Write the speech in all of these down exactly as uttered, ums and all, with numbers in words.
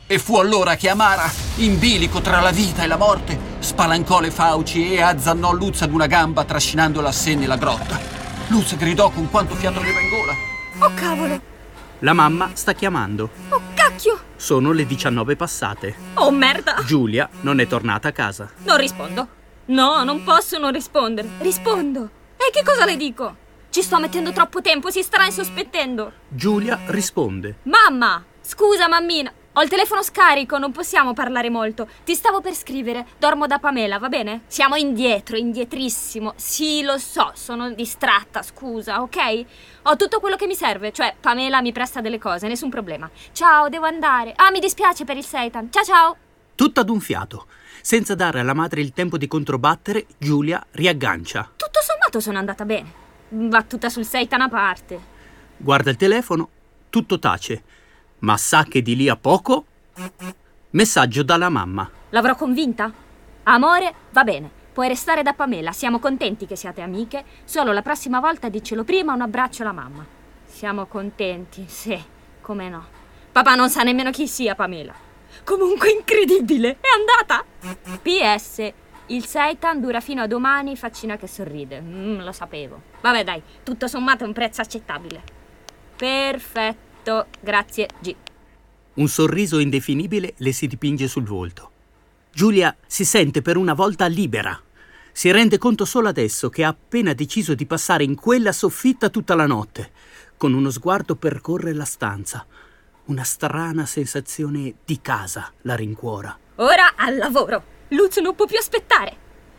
E fu allora che Amara, in bilico tra la vita e la morte, spalancò le fauci e azzannò Luz ad una gamba trascinandola a sé nella grotta. Luz gridò con quanto fiato aveva in gola. Oh cavolo! La mamma sta chiamando. Oh cacchio! Sono le diciannove passate. Oh merda! Giulia non è tornata a casa. Non rispondo. No, non posso non rispondere. Rispondo. E che cosa le dico? Ci sto mettendo troppo tempo, si starà insospettendo. Giulia risponde. Mamma! Scusa mammina, ho il telefono scarico, non possiamo parlare molto. Ti stavo per scrivere, dormo da Pamela, va bene? Siamo indietro, indietrissimo. Sì, lo so, sono distratta, scusa, ok? Ho tutto quello che mi serve, cioè Pamela mi presta delle cose, nessun problema. Ciao, devo andare. Ah, mi dispiace per il seitan. Ciao ciao. Tutta ad un fiato. Senza dare alla madre il tempo di controbattere, Giulia riaggancia. Tutto sommato sono andata bene. Battuta sul seitan a parte. Guarda il telefono, tutto tace. Ma sa che di lì a poco... Messaggio dalla mamma. L'avrò convinta? Amore, va bene. Puoi restare da Pamela. Siamo contenti che siate amiche. Solo la prossima volta dicelo prima, un abbraccio alla mamma. Siamo contenti, sì, come no. Papà non sa nemmeno chi sia Pamela. Comunque incredibile, è andata! P S Il seitan dura fino a domani, faccina che sorride. Mm, lo sapevo. Vabbè dai, tutto sommato è un prezzo accettabile. Perfetto, grazie G. Un sorriso indefinibile le si dipinge sul volto. Giulia si sente per una volta libera. Si rende conto solo adesso che ha appena deciso di passare in quella soffitta tutta la notte. Con uno sguardo percorre la stanza. Una strana sensazione di casa la rincuora. Ora al lavoro. Luz non può più aspettare.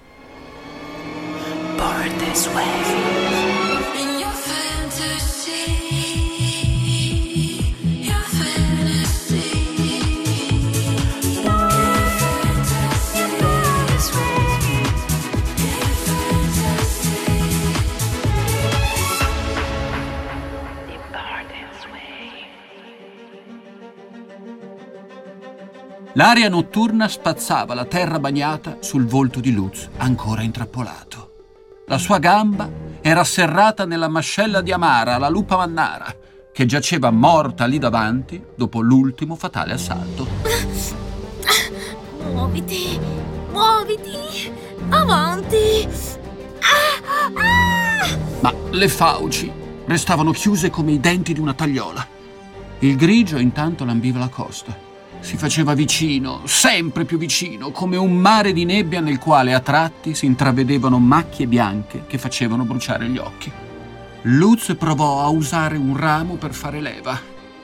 Born this way. L'aria notturna spazzava la terra bagnata sul volto di Luz, ancora intrappolato. La sua gamba era serrata nella mascella di Amara, la lupa mannara, che giaceva morta lì davanti dopo l'ultimo fatale assalto. Muoviti, muoviti, avanti. Ah, ah. Ma le fauci restavano chiuse come i denti di una tagliola. Il grigio intanto lambiva la costa. Si faceva vicino, sempre più vicino, come un mare di nebbia nel quale a tratti si intravedevano macchie bianche che facevano bruciare gli occhi. Luz provò a usare un ramo per fare leva.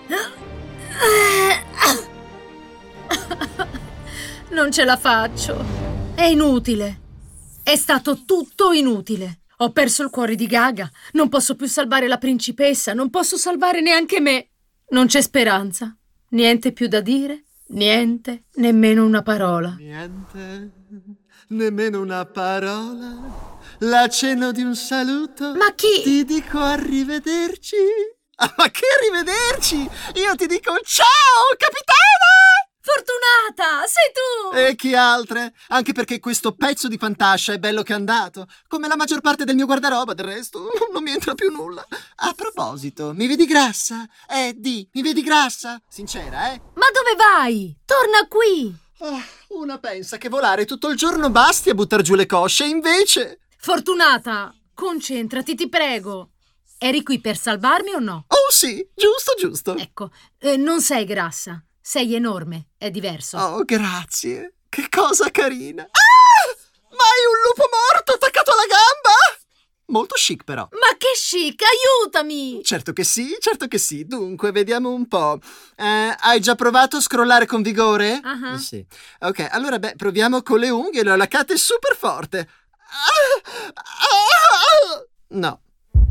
Non ce la faccio. È inutile. È stato tutto inutile. Ho perso il cuore di Gaga. Non posso più salvare la principessa. Non posso salvare neanche me. Non c'è speranza. Niente più da dire. Niente, nemmeno una parola. Niente, nemmeno una parola. L'accenno di un saluto. Ma chi? Ti dico arrivederci. Ah, ma che arrivederci? Io ti dico ciao, capitana! Fortunata, sei tu! E chi altre? Anche perché questo pezzo di fantascia è bello che è andato. Come la maggior parte del mio guardaroba, del resto non mi entra più nulla. A proposito, mi vedi grassa? Eh, di, mi vedi grassa? Sincera, eh? Ma dove vai? Torna qui! Oh, una pensa che volare tutto il giorno basti a buttar giù le cosce, invece... Fortunata, concentrati, ti prego. Eri qui per salvarmi o no? Oh sì, giusto, giusto. Ecco, eh, non sei grassa. Sei enorme, è diverso. Oh, grazie. Che cosa carina. Ah! Ma hai un lupo morto attaccato alla gamba? Molto chic, però. Ma che chic, aiutami! Certo che sì, certo che sì. Dunque, vediamo un po'. Eh, hai già provato a scrollare con vigore? Uh-huh. Sì. Ok, allora, beh, proviamo con le unghie. Le ho laccate super forte. Ah! Ah! No.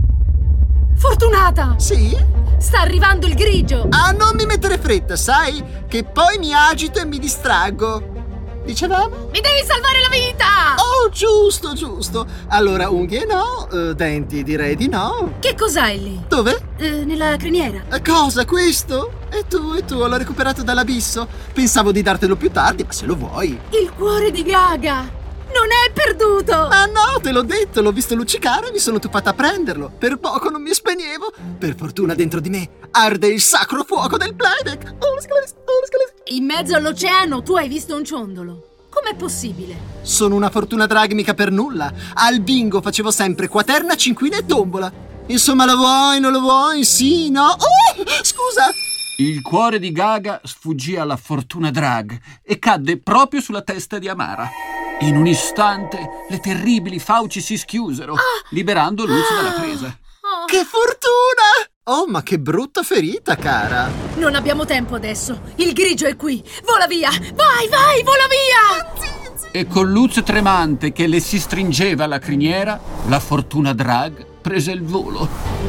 Fortunata! Sì? Sta arrivando il grigio! Ah, non mi mettere fretta, sai? Che poi mi agito e mi distraggo. Dicevamo? Mi devi salvare la vita! Oh, giusto, giusto. Allora, unghie no, eh, denti direi di no. Che cos'hai lì? Dove? Eh, nella criniera. Eh, cosa, questo? E tu, e tu, l'ho recuperato dall'abisso. Pensavo di dartelo più tardi, ma se lo vuoi. Il cuore di Gaga! Non è perduto! Ah no, te l'ho detto, l'ho visto luccicare e mi sono tuffata a prenderlo. Per poco non mi spegnevo. Per fortuna dentro di me arde il sacro fuoco del playback. Oh, la scaletta, oh, la scaletta. In mezzo all'oceano tu hai visto un ciondolo? Com'è possibile? Sono una fortuna drag mica per nulla. Al bingo facevo sempre quaterna, cinquina e tombola. Insomma, lo vuoi, non lo vuoi? Sì, no? Oh, scusa! Il cuore di Gaga sfuggì alla fortuna drag e cadde proprio sulla testa di Amara. In un istante le terribili fauci si schiusero, liberando Luz dalla presa. Che fortuna! Oh, ma che brutta ferita, cara! Non abbiamo tempo adesso. Il grigio è qui. Vola via! Vai, vai, vola via! E con Luz tremante che le si stringeva alla criniera, la fortuna drag prese il volo.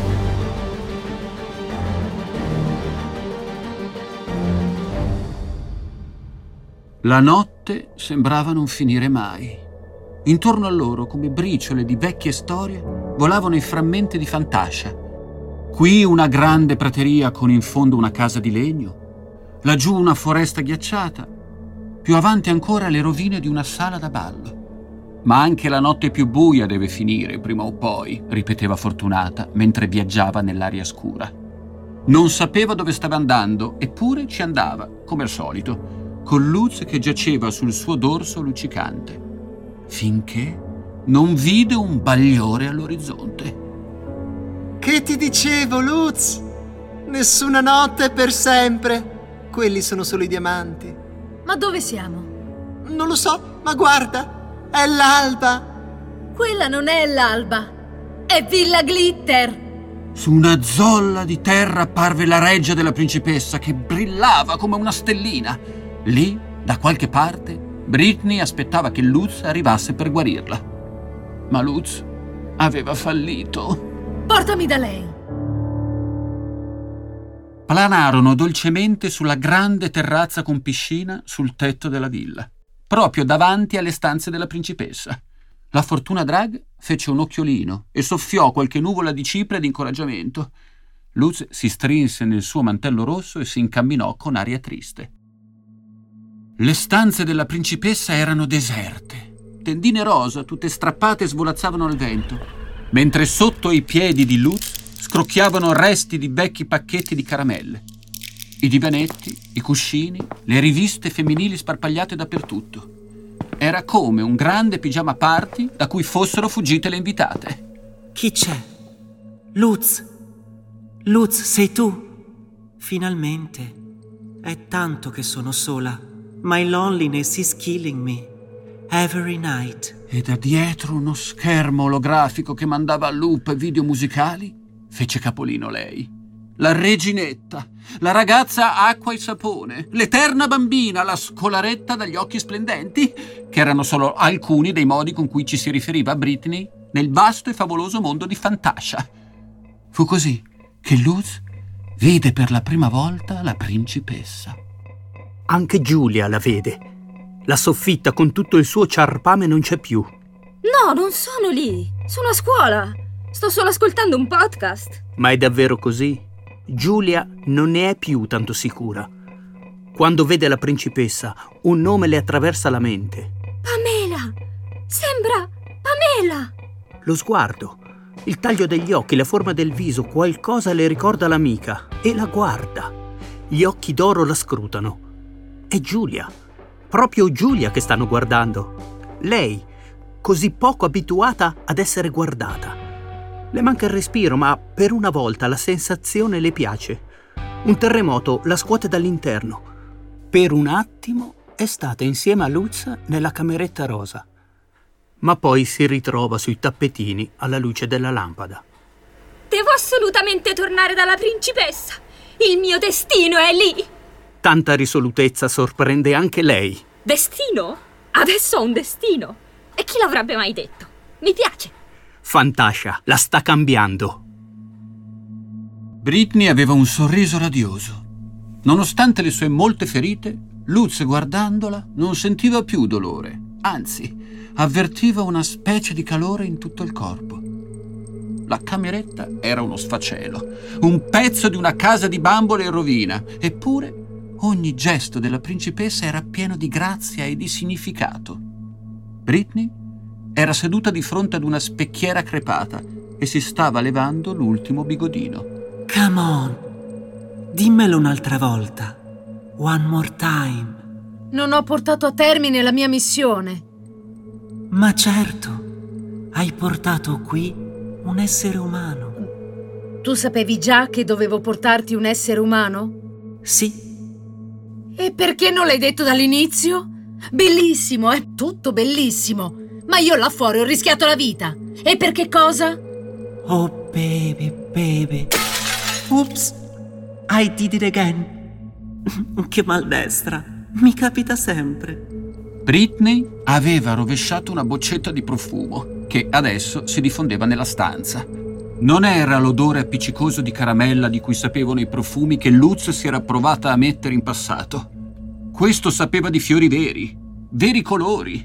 La notte sembrava non finire mai. Intorno a loro, come briciole di vecchie storie, volavano i frammenti di Fantascia. Qui una grande prateria con in fondo una casa di legno, laggiù una foresta ghiacciata, più avanti ancora le rovine di una sala da ballo. Ma anche la notte più buia deve finire prima o poi, ripeteva Fortunata mentre viaggiava nell'aria scura. Non sapeva dove stava andando, eppure ci andava, come al solito, con Luz che giaceva sul suo dorso luccicante, finché non vide un bagliore all'orizzonte. Che ti dicevo, Luz? Nessuna notte per sempre. Quelli sono solo i diamanti. Ma dove siamo? Non lo so, ma guarda, è l'alba. Quella non è l'alba, è Villa Glitter. Su una zolla di terra apparve la reggia della principessa che brillava come una stellina. Lì, da qualche parte, Brittany aspettava che Luz arrivasse per guarirla. Ma Luz aveva fallito. Portami da lei. Planarono dolcemente sulla grande terrazza con piscina sul tetto della villa, proprio davanti alle stanze della principessa. La fortuna drag fece un occhiolino e soffiò qualche nuvola di cipria di incoraggiamento. Luz si strinse nel suo mantello rosso e si incamminò con aria triste. Le stanze della principessa erano deserte. Tendine rosa, tutte strappate, svolazzavano al vento, mentre sotto i piedi di Luz scrocchiavano resti di vecchi pacchetti di caramelle. I divanetti, i cuscini, le riviste femminili sparpagliate dappertutto. Era come un grande pigiama party da cui fossero fuggite le invitate. Chi c'è? Luz? Luz, sei tu? Finalmente. È tanto che sono sola. My loneliness is killing me. Every night. E da dietro uno schermo olografico che mandava a loop video musicali fece capolino lei. La reginetta, la ragazza acqua e sapone, l'eterna bambina, la scolaretta dagli occhi splendenti, che erano solo alcuni dei modi con cui ci si riferiva a Brittany nel vasto e favoloso mondo di Fantascia. Fu così che Luz vide per la prima volta la principessa. Anche Giulia la vede. La soffitta con tutto il suo ciarpame non c'è più. No, non sono lì. Sono a scuola. Sto solo ascoltando un podcast. Ma è davvero così? Giulia non ne è più tanto sicura. Quando vede la principessa, un nome le attraversa la mente. Pamela! Sembra Pamela! Lo sguardo, il taglio degli occhi, la forma del viso, qualcosa le ricorda l'amica e la guarda. Gli occhi d'oro la scrutano. È Giulia. Proprio Giulia che stanno guardando. Lei, così poco abituata ad essere guardata. Le manca il respiro, ma per una volta la sensazione le piace. Un terremoto la scuote dall'interno. Per un attimo è stata insieme a Luz nella cameretta rosa, ma poi si ritrova sui tappetini alla luce della lampada. Devo assolutamente tornare dalla principessa. Il mio destino è lì. Tanta risolutezza sorprende anche lei. Destino? Adesso ho un destino. E chi l'avrebbe mai detto? Mi piace. Fantascia la sta cambiando. Brittany aveva un sorriso radioso. Nonostante le sue molte ferite, Luz, guardandola, non sentiva più dolore. Anzi, avvertiva una specie di calore in tutto il corpo. La cameretta era uno sfacelo, un pezzo di una casa di bambole in rovina. Eppure, ogni gesto della principessa era pieno di grazia e di significato. Brittany era seduta di fronte ad una specchiera crepata e si stava levando l'ultimo bigodino. Come on, dimmelo un'altra volta. One more time. Non ho portato a termine la mia missione. Ma certo, hai portato qui un essere umano. Tu sapevi già che dovevo portarti un essere umano? Sì. E perché non l'hai detto dall'inizio? Bellissimo, è tutto bellissimo. Ma io là fuori ho rischiato la vita. E per che cosa? Oh, baby, baby. Oops, I did it again. Che maldestra, mi capita sempre. Britney aveva rovesciato una boccetta di profumo che adesso si diffondeva nella stanza. Non era l'odore appiccicoso di caramella di cui sapevano i profumi che Lutz si era provata a mettere in passato. Questo sapeva di fiori veri, veri colori.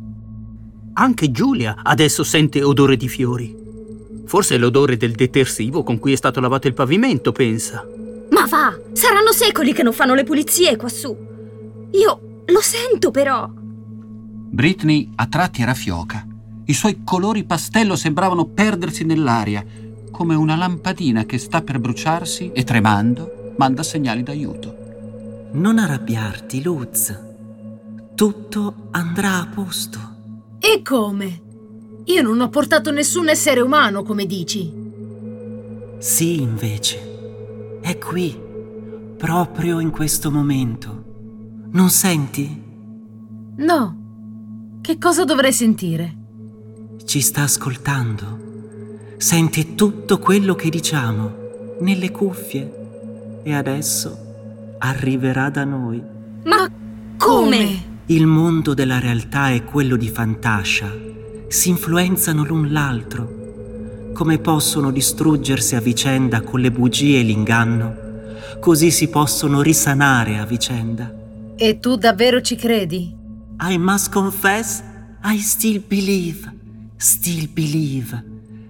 Anche Giulia adesso sente odore di fiori. Forse è l'odore del detersivo con cui è stato lavato il pavimento, pensa. Ma va, saranno secoli che non fanno le pulizie quassù. Io lo sento però. Britney a tratti era fioca. I suoi colori pastello sembravano perdersi nell'aria, come una lampadina che sta per bruciarsi e tremando manda segnali d'aiuto. Non arrabbiarti, Lutz. Tutto andrà a posto. E come? Io non ho portato nessun essere umano, come dici. Sì, invece. È qui, proprio in questo momento. Non senti? No. Che cosa dovrei sentire? Ci sta ascoltando. Sente tutto quello che diciamo nelle cuffie. E adesso arriverà da noi. Ma come? Il mondo della realtà e quello di Fantascia si influenzano l'un l'altro. Come possono distruggersi a vicenda con le bugie e l'inganno, così si possono risanare a vicenda. E tu davvero ci credi? I must confess, I still believe, still believe.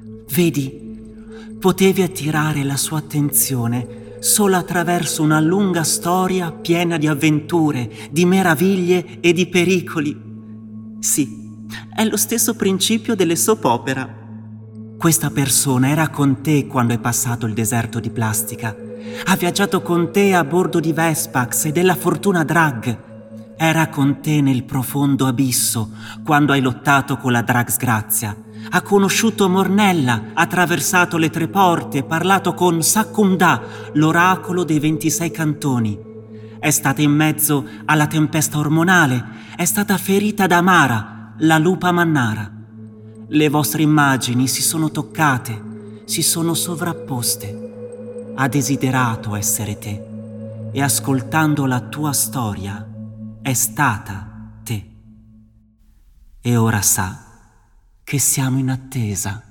Vedi, potevi attirare la sua attenzione solo attraverso una lunga storia piena di avventure, di meraviglie e di pericoli. Sì, è lo stesso principio delle soap opera. Questa persona era con te quando hai passato il deserto di plastica. Ha viaggiato con te a bordo di Vespax e della Fortuna Drag. Era con te nel profondo abisso quando hai lottato con la Dragsgrazia. Ha conosciuto Mornella, ha attraversato le tre porte e parlato con Sakunda, l'oracolo dei ventisei cantoni. È stata in mezzo alla tempesta ormonale, è stata ferita da Mara, la lupa mannara. Le vostre immagini si sono toccate, si sono sovrapposte. Ha desiderato essere te e ascoltando la tua storia è stata te. E ora sa che siamo in attesa.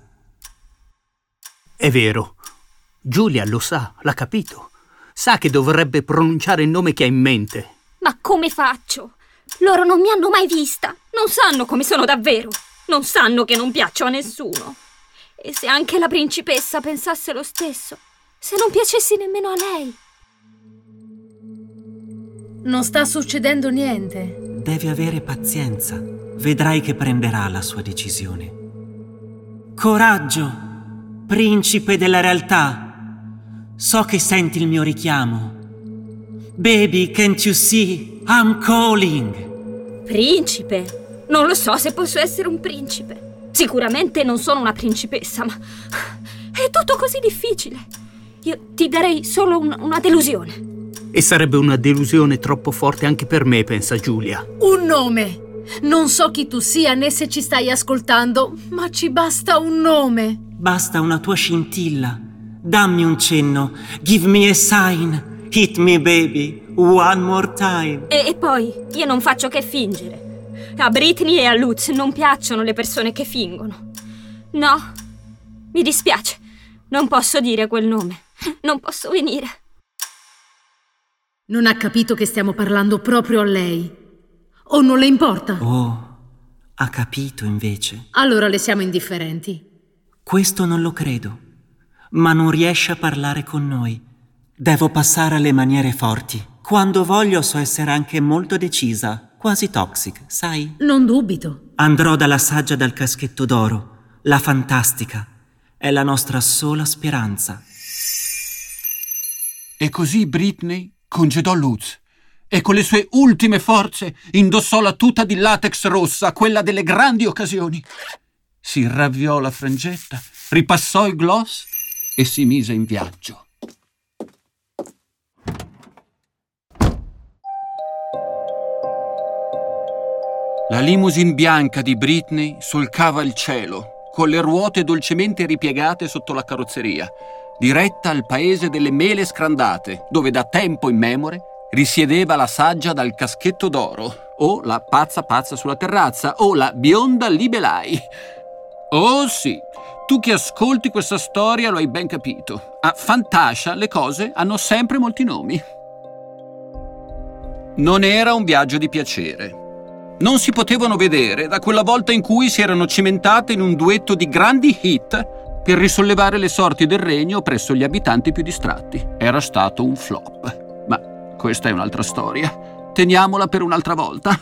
È vero. Giulia lo sa, l'ha capito. Sa che dovrebbe pronunciare il nome che ha in mente. Ma come faccio? Loro non mi hanno mai vista. Non sanno come sono davvero. Non sanno che non piaccio a nessuno. E se anche la principessa pensasse lo stesso? Se non piacessi nemmeno a lei? Non sta succedendo niente. Devi avere pazienza. Vedrai che prenderà la sua decisione. Coraggio, principe della realtà. So che senti il mio richiamo. Baby, can't you see? I'm calling. Principe? Non lo so se posso essere un principe. Sicuramente non sono una principessa, ma è tutto così difficile. Io ti darei solo un, una delusione. E sarebbe una delusione troppo forte anche per me, pensa Giulia. Un nome! Non so chi tu sia né se ci stai ascoltando, ma ci basta un nome. Basta una tua scintilla. Dammi un cenno. Give me a sign. Hit me, baby. One more time. E, e poi, io non faccio che fingere. A Britney e a Lutz non piacciono le persone che fingono. No, mi dispiace. Non posso dire quel nome. Non posso venire. Non ha capito che stiamo parlando proprio a lei. O non le importa? Oh, ha capito invece. Allora le siamo indifferenti. Questo non lo credo. Ma non riesce a parlare con noi. Devo passare alle maniere forti. Quando voglio so essere anche molto decisa. Quasi toxic, sai? Non dubito. Andrò dalla saggia dal caschetto d'oro. La fantastica. È la nostra sola speranza. E così Britney congedò Lutz e con le sue ultime forze indossò la tuta di latex rossa, quella delle grandi occasioni. Si ravviò la frangetta, ripassò il gloss e si mise in viaggio. La limousine bianca di Britney solcava il cielo, con le ruote dolcemente ripiegate sotto la carrozzeria, diretta al paese delle mele scrandate, dove da tempo immemore risiedeva la saggia dal caschetto d'oro, o la pazza pazza sulla terrazza, o la bionda Libelai. Oh sì, tu che ascolti questa storia lo hai ben capito. A Fantascia le cose hanno sempre molti nomi. Non era un viaggio di piacere. Non si potevano vedere da quella volta in cui si erano cimentate in un duetto di grandi hit per risollevare le sorti del regno presso gli abitanti più distratti. Era stato un flop. Ma questa è un'altra storia. Teniamola per un'altra volta.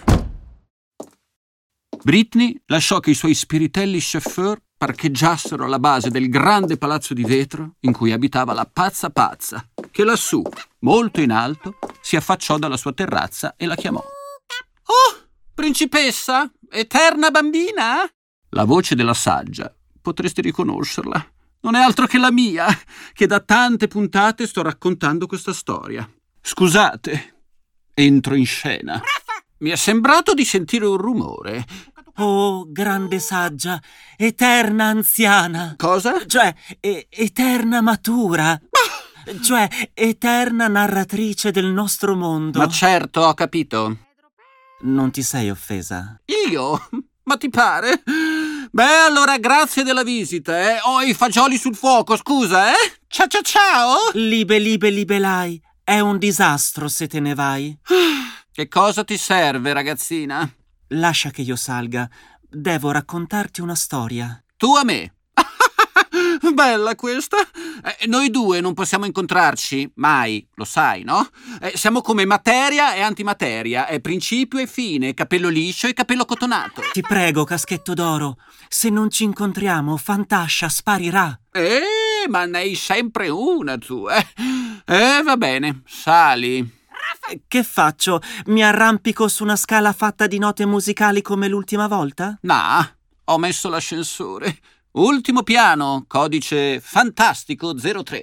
Britney lasciò che i suoi spiritelli chauffeur parcheggiassero alla base del grande palazzo di vetro in cui abitava la pazza pazza, che lassù, molto in alto, si affacciò dalla sua terrazza e la chiamò. «Oh, principessa? Eterna bambina?» La voce della saggia, potresti riconoscerla. Non è altro che la mia, che da tante puntate sto raccontando questa storia. Scusate, entro in scena. Mi è sembrato di sentire un rumore. Oh, grande saggia, eterna anziana. Cosa? Cioè, e- eterna matura. Cioè, eterna narratrice del nostro mondo. Ma certo, ho capito. Non ti sei offesa? Io? Ma ti pare? Beh, allora grazie della visita, eh. Ho i fagioli sul fuoco, scusa, eh. Ciao ciao ciao. Libe, libe, libelai. È un disastro se te ne vai. Che cosa ti serve, ragazzina? Lascia che io salga. Devo raccontarti una storia. Tu a me. Bella questa. Eh, noi due non possiamo incontrarci mai, lo sai, no? Eh, siamo come materia e antimateria, è principio e fine, capello liscio e capello cotonato. Ti prego, caschetto d'oro, se non ci incontriamo, Fantascia sparirà. Eh, ma ne hai sempre una tu, eh? Eh, va bene, sali. Che faccio? Mi arrampico su una scala fatta di note musicali come l'ultima volta? Nah, ho messo l'ascensore. Ultimo piano, codice fantastico zero tre.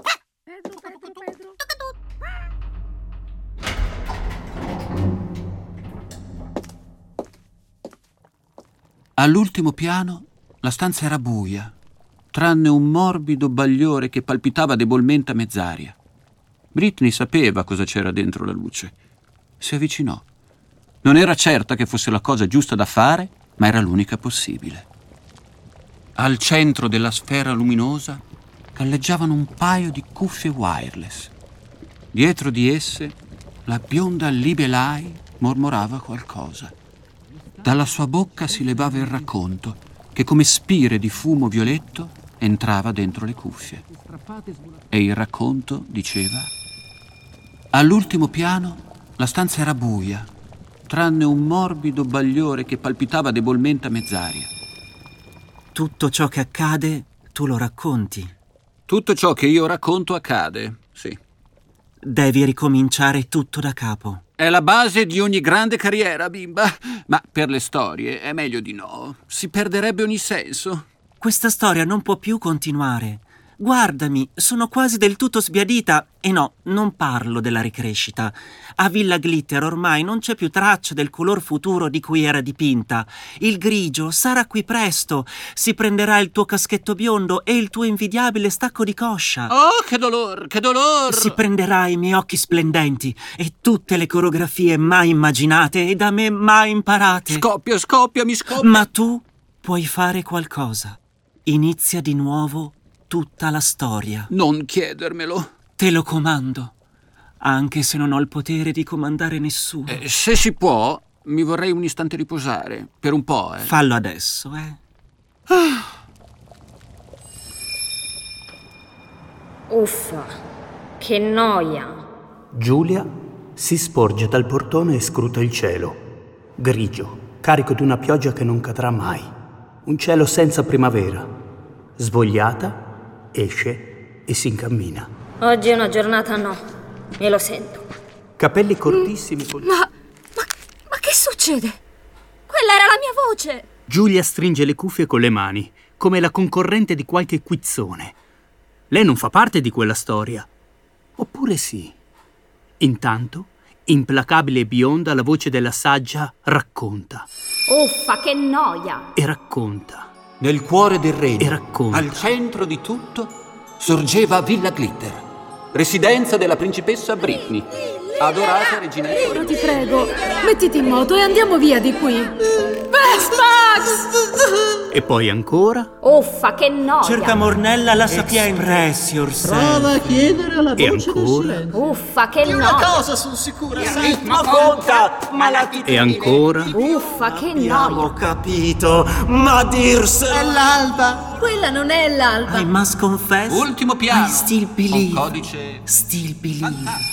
All'ultimo piano la stanza era buia, tranne un morbido bagliore che palpitava debolmente a mezz'aria. Britney sapeva cosa c'era dentro la luce. Si avvicinò. Non era certa che fosse la cosa giusta da fare, ma era l'unica possibile. Al centro della sfera luminosa galleggiavano un paio di cuffie wireless. Dietro di esse la bionda Libelai mormorava qualcosa. Dalla sua bocca si levava il racconto che come spire di fumo violetto entrava dentro le cuffie. E il racconto diceva: all'ultimo piano la stanza era buia, tranne un morbido bagliore che palpitava debolmente a mezz'aria. Tutto ciò che accade, tu lo racconti. Tutto ciò che io racconto accade, sì. Devi ricominciare tutto da capo. È la base di ogni grande carriera, bimba. Ma per le storie è meglio di no. Si perderebbe ogni senso. Questa storia non può più continuare. Guardami, sono quasi del tutto sbiadita. E no, non parlo della ricrescita. A Villa Glitter ormai non c'è più traccia del color futuro di cui era dipinta. Il grigio sarà qui presto. Si prenderà il tuo caschetto biondo e il tuo invidiabile stacco di coscia. Oh, che dolor, che dolor! Si prenderà i miei occhi splendenti e tutte le coreografie mai immaginate e da me mai imparate. Scoppia, scoppia, mi scoppia. Ma tu puoi fare qualcosa. Inizia di nuovo tutta la storia. Non chiedermelo. Te lo comando, anche se non ho il potere di comandare nessuno. Eh, se si può, mi vorrei un istante riposare. Per un po', eh. Fallo adesso, eh. Ah. Uffa, che noia. Giulia si sporge dal portone e scruta il cielo. Grigio, carico di una pioggia che non cadrà mai. Un cielo senza primavera. Svogliata, esce e si incammina. Oggi è una giornata no, e lo sento. capelli cortissimi. Col... Ma, ma, ma che succede? Quella era la mia voce! Giulia stringe le cuffie con le mani, come la concorrente di qualche quizzone. Lei non fa parte di quella storia. Oppure sì. Intanto, implacabile e bionda, la voce della saggia racconta. Uffa, che noia! E racconta. Nel cuore del regno, E racconta. al centro di tutto, sorgeva Villa Glitter, residenza della principessa Britney, adorata reginetta. Io ti prego, mettiti in moto e andiamo via di qui. Vespax! E poi ancora. Uffa, che noia! Cerca Mornella la sapienza. Express yourself. Prova a chiedere alla E voce del ancora. silenzio. Uffa, che Una noia! cosa sono sicura, sai? Ma conta, ma la E ancora. Uffa, che Abbiamo noia! capito, ma dirselo. È l'alba. Quella non è l'alba. I must confess. Ultimo piano, I still con believe. codice Still believe.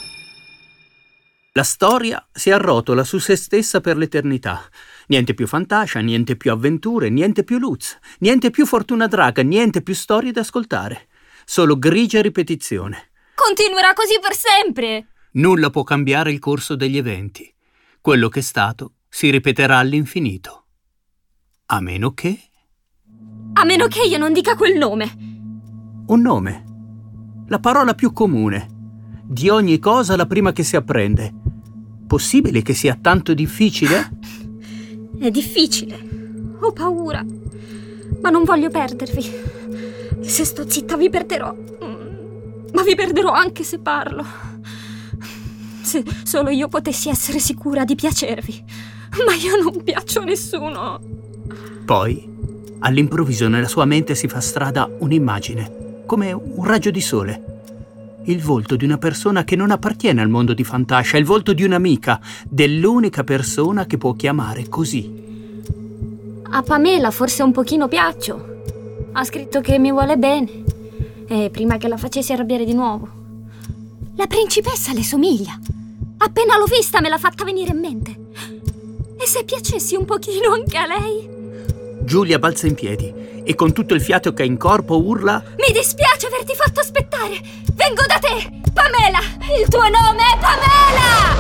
La storia si arrotola su se stessa per l'eternità. Niente più fantasia, niente più avventure, niente più Lutz, niente più Fortuna Draga, niente più storie da ascoltare. Solo grigia ripetizione. Continuerà così per sempre! Nulla può cambiare il corso degli eventi. Quello che è stato si ripeterà all'infinito. A meno che... A meno che io non dica quel nome. Un nome. La parola più comune. Di ogni cosa la prima che si apprende. Possibile che sia tanto difficile? È difficile. Ho paura. Ma non voglio perdervi. Se sto zitta vi perderò. Ma vi perderò anche se parlo. Se solo io potessi essere sicura di piacervi. Ma io non piaccio a nessuno. Poi, all'improvviso nella sua mente si fa strada un'immagine, come un raggio di sole. Il volto di una persona che non appartiene al mondo di fantasia, il volto di un'amica, dell'unica persona che può chiamare così. A Pamela forse un pochino piaccio. Ha scritto che mi vuole bene. E prima che la facessi arrabbiare di nuovo. La principessa le somiglia. Appena l'ho vista me l'ha fatta venire in mente. E se piacessi un pochino anche a lei? Giulia balza in piedi e con tutto il fiato che ha in corpo urla: Mi dispiace averti fatto aspettare. Vengo da te, Pamela. Il tuo nome è Pamela.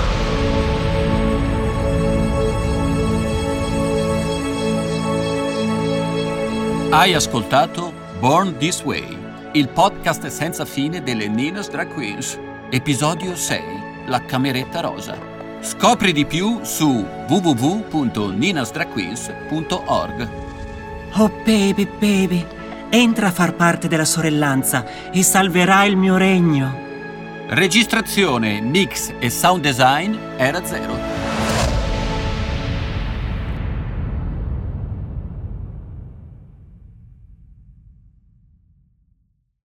Hai ascoltato Born This Way, il podcast senza fine delle Nina's Drag Queens, episodio sei, La Cameretta Rosa. Scopri di più su w w w punto ninas drag queens punto org. Oh baby, baby, entra a far parte della sorellanza e salverai il mio regno. Registrazione, mix e sound design era zero.